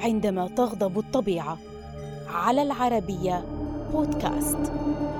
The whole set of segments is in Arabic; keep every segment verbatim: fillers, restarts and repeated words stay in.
عندما تغضب الطبيعة. على العربية بودكاست.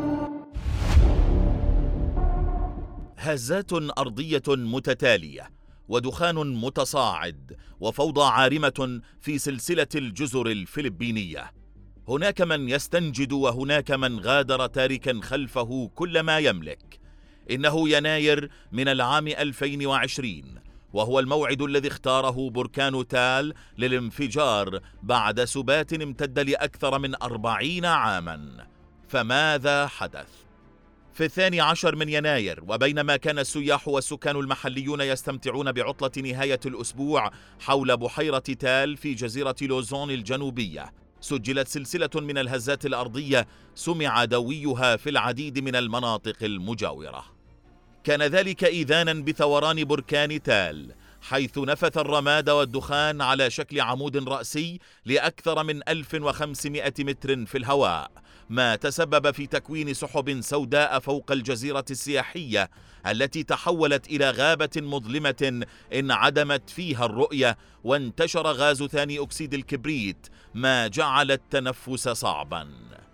هزات أرضية متتالية ودخان متصاعد وفوضى عارمة في سلسلة الجزر الفلبينية. هناك من يستنجد وهناك من غادر تاركا خلفه كل ما يملك. إنه يناير من العام ألفين وعشرين، وهو الموعد الذي اختاره بركان تال للانفجار بعد سبات امتد لأكثر من أربعين عاما. فماذا حدث؟ في الثاني عشر من يناير، وبينما كان السياح والسكان المحليون يستمتعون بعطلة نهاية الأسبوع حول بحيرة تال في جزيرة لوزون الجنوبية، سجلت سلسلة من الهزات الأرضية سمع دويها في العديد من المناطق المجاورة. كان ذلك إذانا بثوران بركان تال، حيث نفث الرماد والدخان على شكل عمود رأسي لأكثر من ألف وخمسمائة متر في الهواء، ما تسبب في تكوين سحب سوداء فوق الجزيرة السياحية التي تحولت إلى غابة مظلمة انعدمت فيها الرؤية، وانتشر غاز ثاني أكسيد الكبريت ما جعل التنفس صعبا.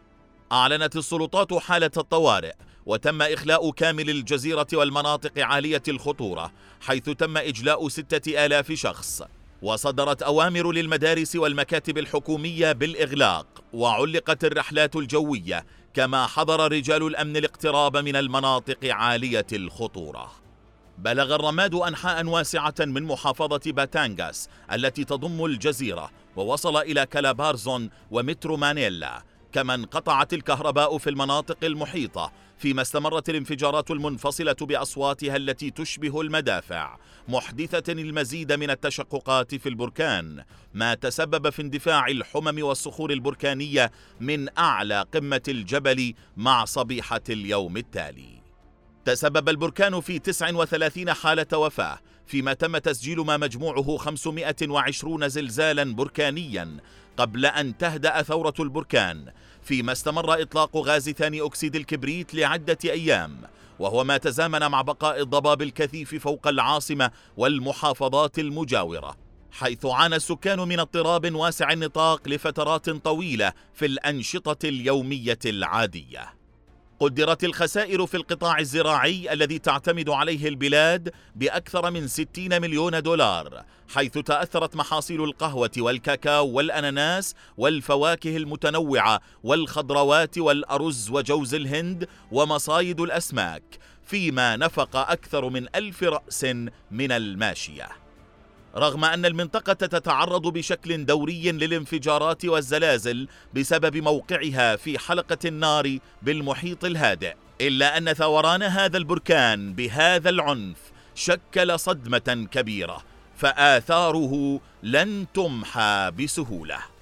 أعلنت السلطات حالة الطوارئ، وتم إخلاء كامل الجزيرة والمناطق عالية الخطورة، حيث تم إجلاء ستة آلاف شخص، وصدرت أوامر للمدارس والمكاتب الحكومية بالإغلاق، وعلقت الرحلات الجوية، كما حظر رجال الأمن الاقتراب من المناطق عالية الخطورة. بلغ الرماد أنحاء واسعة من محافظة باتانغاس التي تضم الجزيرة، ووصل إلى كالابارزون ومترو مانيلا، كما انقطعت الكهرباء في المناطق المحيطة، فيما استمرت الانفجارات المنفصلة بأصواتها التي تشبه المدافع، محدثة المزيد من التشققات في البركان، ما تسبب في اندفاع الحمم والصخور البركانية من أعلى قمة الجبل مع صبيحة اليوم التالي. تسبب البركان في تسع وثلاثين حالة وفاة، فيما تم تسجيل ما مجموعه خمسمائة وعشرين زلزالا بركانيا قبل أن تهدأ ثورة البركان، فيما استمر إطلاق غاز ثاني أكسيد الكبريت لعدة أيام، وهو ما تزامن مع بقاء الضباب الكثيف فوق العاصمة والمحافظات المجاورة، حيث عانى السكان من اضطراب واسع النطاق لفترات طويلة في الأنشطة اليومية العادية. قدرت الخسائر في القطاع الزراعي الذي تعتمد عليه البلاد بأكثر من ستين مليون دولار، حيث تأثرت محاصيل القهوة والكاكاو والأناناس والفواكه المتنوعة والخضروات والأرز وجوز الهند ومصايد الأسماك، فيما نفق أكثر من ألف رأس من الماشية. رغم أن المنطقة تتعرض بشكل دوري للانفجارات والزلازل بسبب موقعها في حلقة النار بالمحيط الهادئ، إلا أن ثوران هذا البركان بهذا العنف شكل صدمة كبيرة، فآثاره لن تمحى بسهولة.